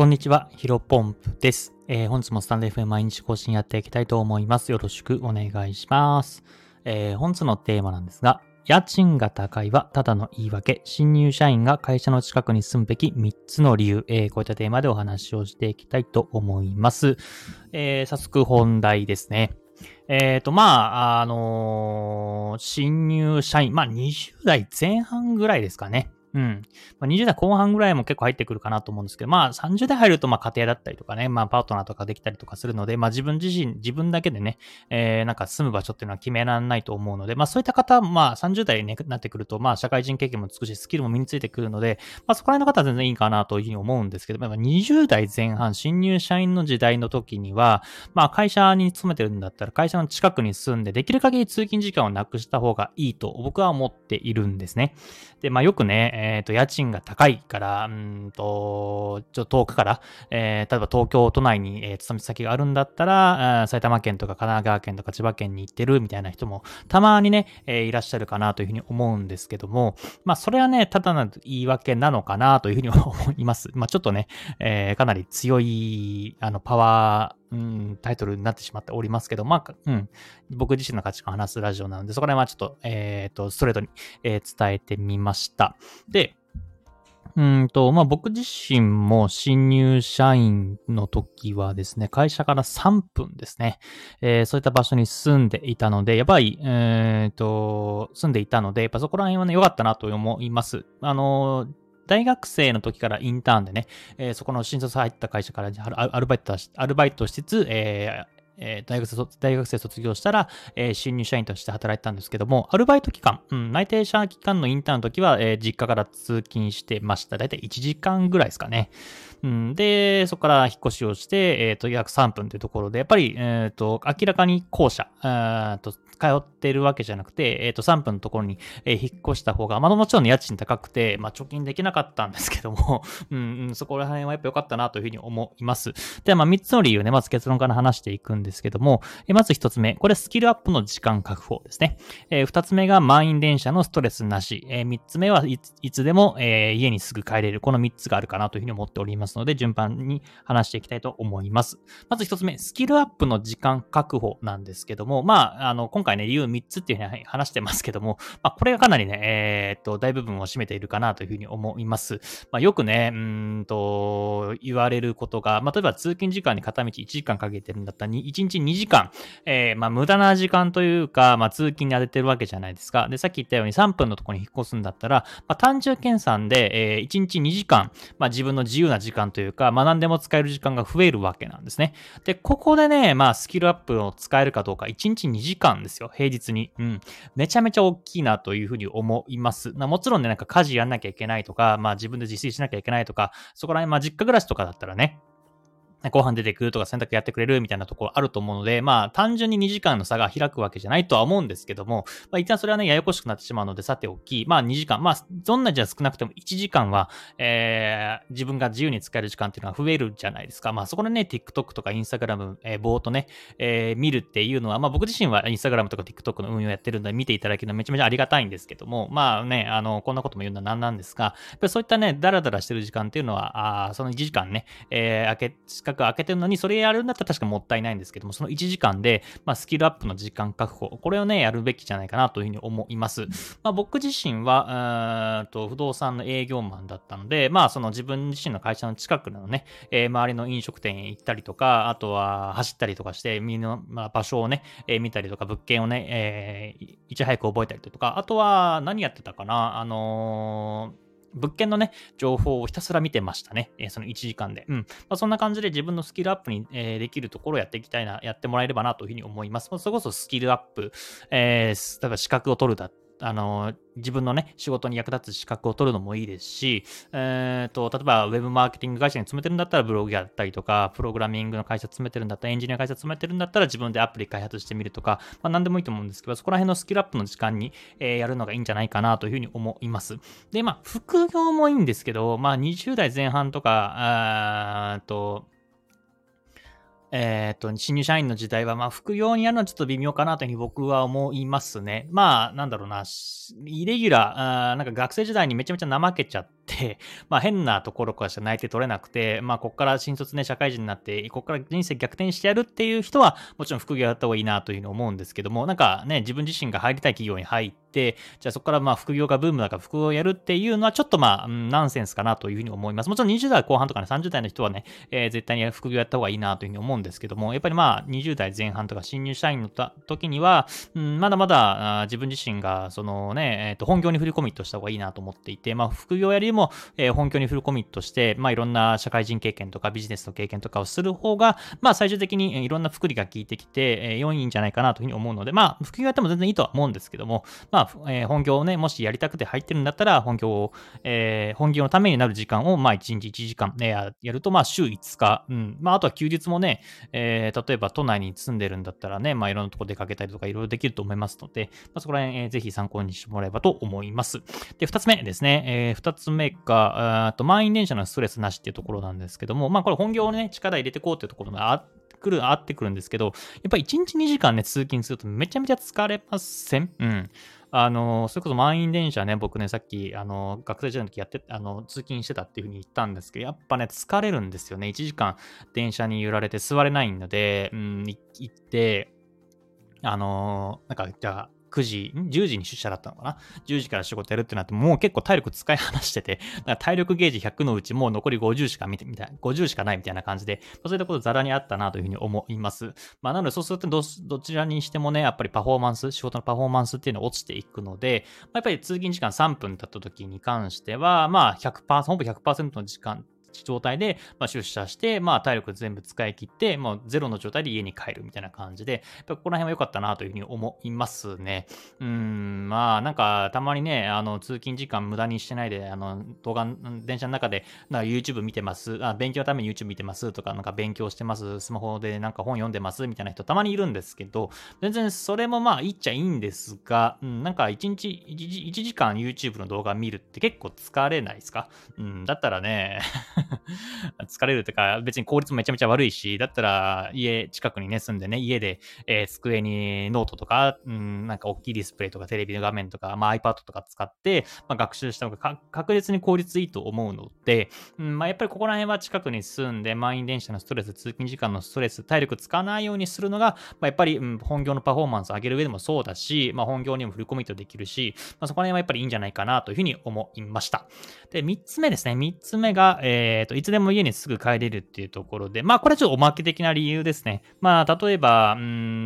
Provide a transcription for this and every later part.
こんにちは、ヒロポンプです。本日もスタンド FM 毎日更新やっていきたいと思います。よろしくお願いします。本日のテーマなんですが、家賃が高いはただの言い訳、新入社員が会社の近くに住むべき3つの理由、こういったテーマでお話をしていきたいと思います。早速本題ですね。新入社員、20代前半ぐらいですかね。20代後半ぐらいも結構入ってくるかなと思うんですけど、30代入ると家庭だったりとかね、パートナーとかできたりとかするので、自分だけでね、住む場所っていうのは決められないと思うので、そういった方、30代になってくると、社会人経験もつくし、スキルも身についてくるので、そこら辺の方は全然いいかなというふうに思うんですけど、20代前半、新入社員の時代の時には、会社に勤めてるんだったら、会社の近くに住んで、できる限り通勤時間をなくした方がいいと僕は思っているんですね。で、よくね、家賃が高いから、ちょっと遠くから、例えば東京都内に、勤め先があるんだったら、埼玉県とか神奈川県とか千葉県に行ってるみたいな人もたまにね、いらっしゃるかなというふうに思うんですけども、それはね、ただの言い訳なのかなというふうに思います。ちょっとね、かなり強い、パワー、タイトルになってしまっておりますけど、僕自身の価値観を話すラジオなので、そこら辺はちょっと、ストレートに、伝えてみました。で、僕自身も新入社員の時はですね、会社から3分ですね、そういった場所に住んでいたので、やっぱり、住んでいたので、やっぱそこら辺はね、良かったなと思います。大学生の時からインターンでね、そこの新卒入った会社からアルバイトしつつ、大学生卒業したら、新入社員として働いてたんですけども、アルバイト期間、内定者期間のインターンの時は、実家から通勤してました。だいたい1時間ぐらいですかね。で、そこから引っ越しをして、約3分というところで、やっぱり、明らかに後者、通ってるわけじゃなくて、3分のところに、引っ越した方が、もちろん家賃高くて、貯金できなかったんですけども、そこら辺はやっぱ良かったなというふうに思います。で、3つの理由ね、まず結論から話していくんですけども、まず1つ目、これスキルアップの時間確保ですね。2つ目が満員電車のストレスなし。3つ目はいつでも、家にすぐ帰れる。この3つがあるかなというふうに思っておりますので、順番に話していきたいと思います。まず1つ目、スキルアップの時間確保なんですけども、今回ね、理由3つっていうふうに話してますけども、これがかなりね、大部分を占めているかなというふうに思います。よくね、言われることが、例えば通勤時間に片道1時間かけてるんだったら、1日2時間、無駄な時間というか、通勤に当ててるわけじゃないですか。で、さっき言ったように3分のところに引っ越すんだったら、単純計算で、1日2時間、自分の自由な時間というか、何でも使える時間が増えるわけなんですね。で、ここでね、スキルアップを使えるかどうか、1日2時間ですよ、平日に。めちゃめちゃ大きいなというふうに思います。もちろんね、家事やんなきゃいけないとか、自分で自炊しなきゃいけないとか、そこら辺、実家暮らしとかだったらね、ご飯出てくるとか洗濯やってくれるみたいなところあると思うので、単純に2時間の差が開くわけじゃないとは思うんですけども、一旦それはね、ややこしくなってしまうので、さておき、2時間、どんなじゃ少なくても1時間は、自分が自由に使える時間っていうのは増えるじゃないですか。そこでね、TikTok とか Instagram、ぼーっとね、見るっていうのは、僕自身は Instagram とか TikTok の運用やってるので見ていただけるのはめちゃめちゃありがたいんですけども、こんなことも言うのはなんなんですが、やっぱりそういったね、ダラダラしてる時間っていうのは、その1時間ね、開けてるのに、それやるんだったら確かもったいないんですけども、その1時間で、スキルアップの時間確保、これをね、やるべきじゃないかなというふうに思います。僕自身は、不動産の営業マンだったので、その自分自身の会社の近くのね、周りの飲食店へ行ったりとか、あとは走ったりとかして、場所をね、見たりとか、物件をね、いち早く覚えたりとか、あとは何やってたかな、物件のね、情報をひたすら見てましたね。その1時間で。そんな感じで自分のスキルアップに、できるところをやってもらえればなというふうに思います。それこそスキルアップ、例えば資格を取る自分のね、仕事に役立つ資格を取るのもいいですし、例えばウェブマーケティング会社に勤めてるんだったらブログやったりとか、プログラミングの会社勤めてるんだったらエンジニア会社勤めてるんだったら自分でアプリ開発してみるとか、何でもいいと思うんですけど、そこら辺のスキルアップの時間に、やるのがいいんじゃないかなというふうに思います。で、副業もいいんですけど、20代前半とか、 新入社員の時代は、副業にやるのはちょっと微妙かなというふうに僕は思いますね。まあ、なんだろうな、イレギュラー、なんか学生時代にめちゃめちゃ怠けちゃって、変なところからしか内定取れなくて、こっから新卒ね、社会人になって、こっから人生逆転してやるっていう人は、もちろん副業やった方がいいなというふうに思うんですけども、なんかね、自分自身が入りたい企業に入って、じゃあそこから副業がブームだから副業をやるっていうのはちょっとナンセンスかなというふうに思います。もちろん20代後半とかね、30代の人はね、絶対に副業やった方がいいなというふうに思うんですけども、やっぱり20代前半とか新入社員の時には、まだまだ自分自身がそのね、本業にフルコミットした方がいいなと思っていて、副業よりも、本業にフルコミットして、いろんな社会人経験とかビジネスの経験とかをする方が、最終的にいろんな福利が効いてきて、良いんじゃないかなというふうに思うので、副業やっても全然いいとは思うんですけども、本業をね、もしやりたくて入ってるんだったら、本業のためになる時間を、1日1時間、やると、週5日、あとは休日もね、例えば都内に住んでるんだったらね、いろんなとこ出かけたりとかいろいろできると思いますので、そこら辺、ぜひ参考にしてもらえばと思います。で、二つ目ですね。二つ目が、満員電車のストレスなしっていうところなんですけども、これ本業をね、力入れていこうっていうところが合ってくるんですけど、やっぱり1日2時間ね、通勤するとめちゃめちゃ疲れません？それこそ満員電車ね、僕ね、さっき、学生時代の時やって、通勤してたっていう風に言ったんですけど、やっぱね、疲れるんですよね。1時間電車に揺られて座れないので、行って、じゃあ、10時に出社だったのかな？ 10 時から仕事やるってなって、もう結構体力使い果たしてて、だから体力ゲージ100のうちもう残り50しか50しかないみたいな感じで、そういったことザラにあったなというふうに思います。なのでそうするとどちらにしてもね、やっぱり仕事のパフォーマンスっていうのは落ちていくので、やっぱり通勤時間3分経った時に関しては、100%、ほぼ100%の時間、状態で、出社して、体力全部使い切って、もうゼロの状態で家に帰るみたいな感じで、ここら辺は良かったなというふうに思いますね。なんか、たまにね、通勤時間無駄にしてないで、電車の中で、YouTube 見てます、勉強のために YouTube 見てますとか、なんか勉強してます、スマホでなんか本読んでますみたいな人たまにいるんですけど、全然それもいいっちゃいいんですが、なんか1時間 YouTube の動画見るって結構疲れないですか？だったらね、疲れるというか、別に効率もめちゃめちゃ悪いし、だったら家近くにね、住んでね、家で、机にノートとか、なんか大きいディスプレイとかテレビの画面とか、iPad とか使って、学習した方が確実に効率いいと思うので、やっぱりここら辺は近くに住んで、満員電車のストレス、通勤時間のストレス、体力使わないようにするのが、やっぱり、本業のパフォーマンスを上げる上でもそうだし、本業にもフルコミットできるし、そこら辺はやっぱりいいんじゃないかなというふうに思いました。で、3つ目ですね。3つ目が、いつでも家にすぐ帰れるっていうところで、これはちょっとおまけ的な理由ですね。例えば、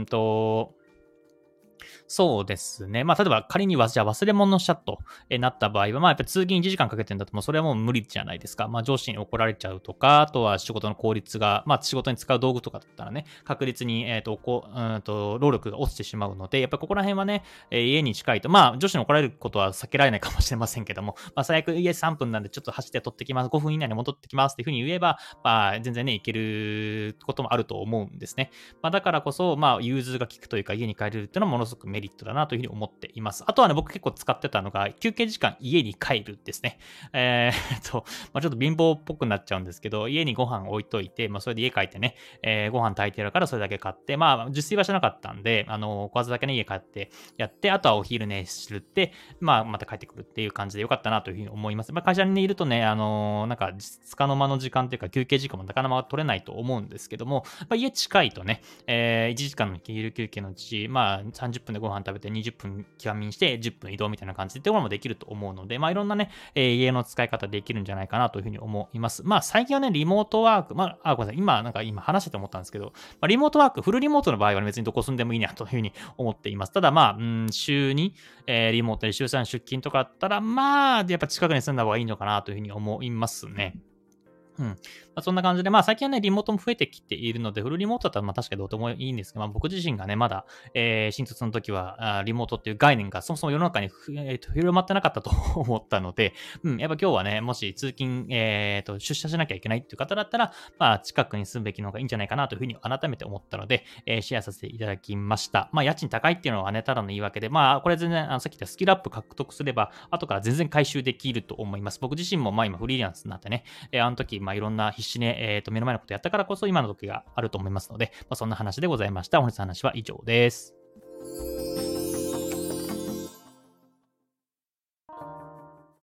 そうですね。例えば仮にじゃあ忘れ物しちゃっとなった場合は、やっぱり通勤1時間かけてんだともうそれはもう無理じゃないですか。上司に怒られちゃうとか、あとは仕事の効率が、仕事に使う道具とかだったらね、確実に、労力が落ちてしまうので、やっぱりここら辺はね、家に近いと、上司に怒られることは避けられないかもしれませんけども、最悪家3分なんでちょっと走って取ってきます、5分以内に戻ってきますっていうふうに言えば、全然ね、いけることもあると思うんですね。だからこそ、融通が利くというか、家に帰れるっていうのはものすごくメリットだなというふうに思っています。あとはね、僕結構使ってたのが、休憩時間家に帰るですね。ちょっと貧乏っぽくなっちゃうんですけど、家にご飯置いといて、それで家帰ってね、ご飯炊いてるからそれだけ買って、自炊はしなかったんで、おかずだけね、家帰ってやって、あとはお昼寝するって、また帰ってくるっていう感じでよかったなというふうに思います。会社にいるとね、なんか、つかの間の時間というか休憩時間もなかなか取れないと思うんですけども、家近いとね、1時間の昼休憩のうち、30分でご飯食べて20分極みにして10分移動みたいな感じでってこともできると思うので、いろんなね、家の使い方できるんじゃないかなというふうに思います。最近はね、リモートワーク、ごめんなさい、今話してて思ったんですけど、リモートワーク、フルリモートの場合は、別にどこ住んでもいいなというふうに思っています。ただ週に、リモートで週3出勤とかだったら、やっぱ近くに住んだ方がいいのかなというふうに思いますね。そんな感じで、最近はね、リモートも増えてきているので、フルリモートだったら確かにどうでもいいんですが、僕自身がね、まだ、新卒の時はリモートっていう概念がそもそも世の中に広まってなかったと思ったので、やっぱ今日はね、もし通勤、出社しなきゃいけないっていう方だったら、近くに住むべきの方がいいんじゃないかなというふうに改めて思ったので、シェアさせていただきました。家賃高いっていうのはね、ただの言い訳で、これ全然、さっき言ったスキルアップ獲得すれば、後から全然回収できると思います。僕自身も今フリーランスになってね、あの時、 まあいろんな必死に、目の前のことやったからこそ今の時があると思いますので、まあそんな話でございました。本日の話は以上です。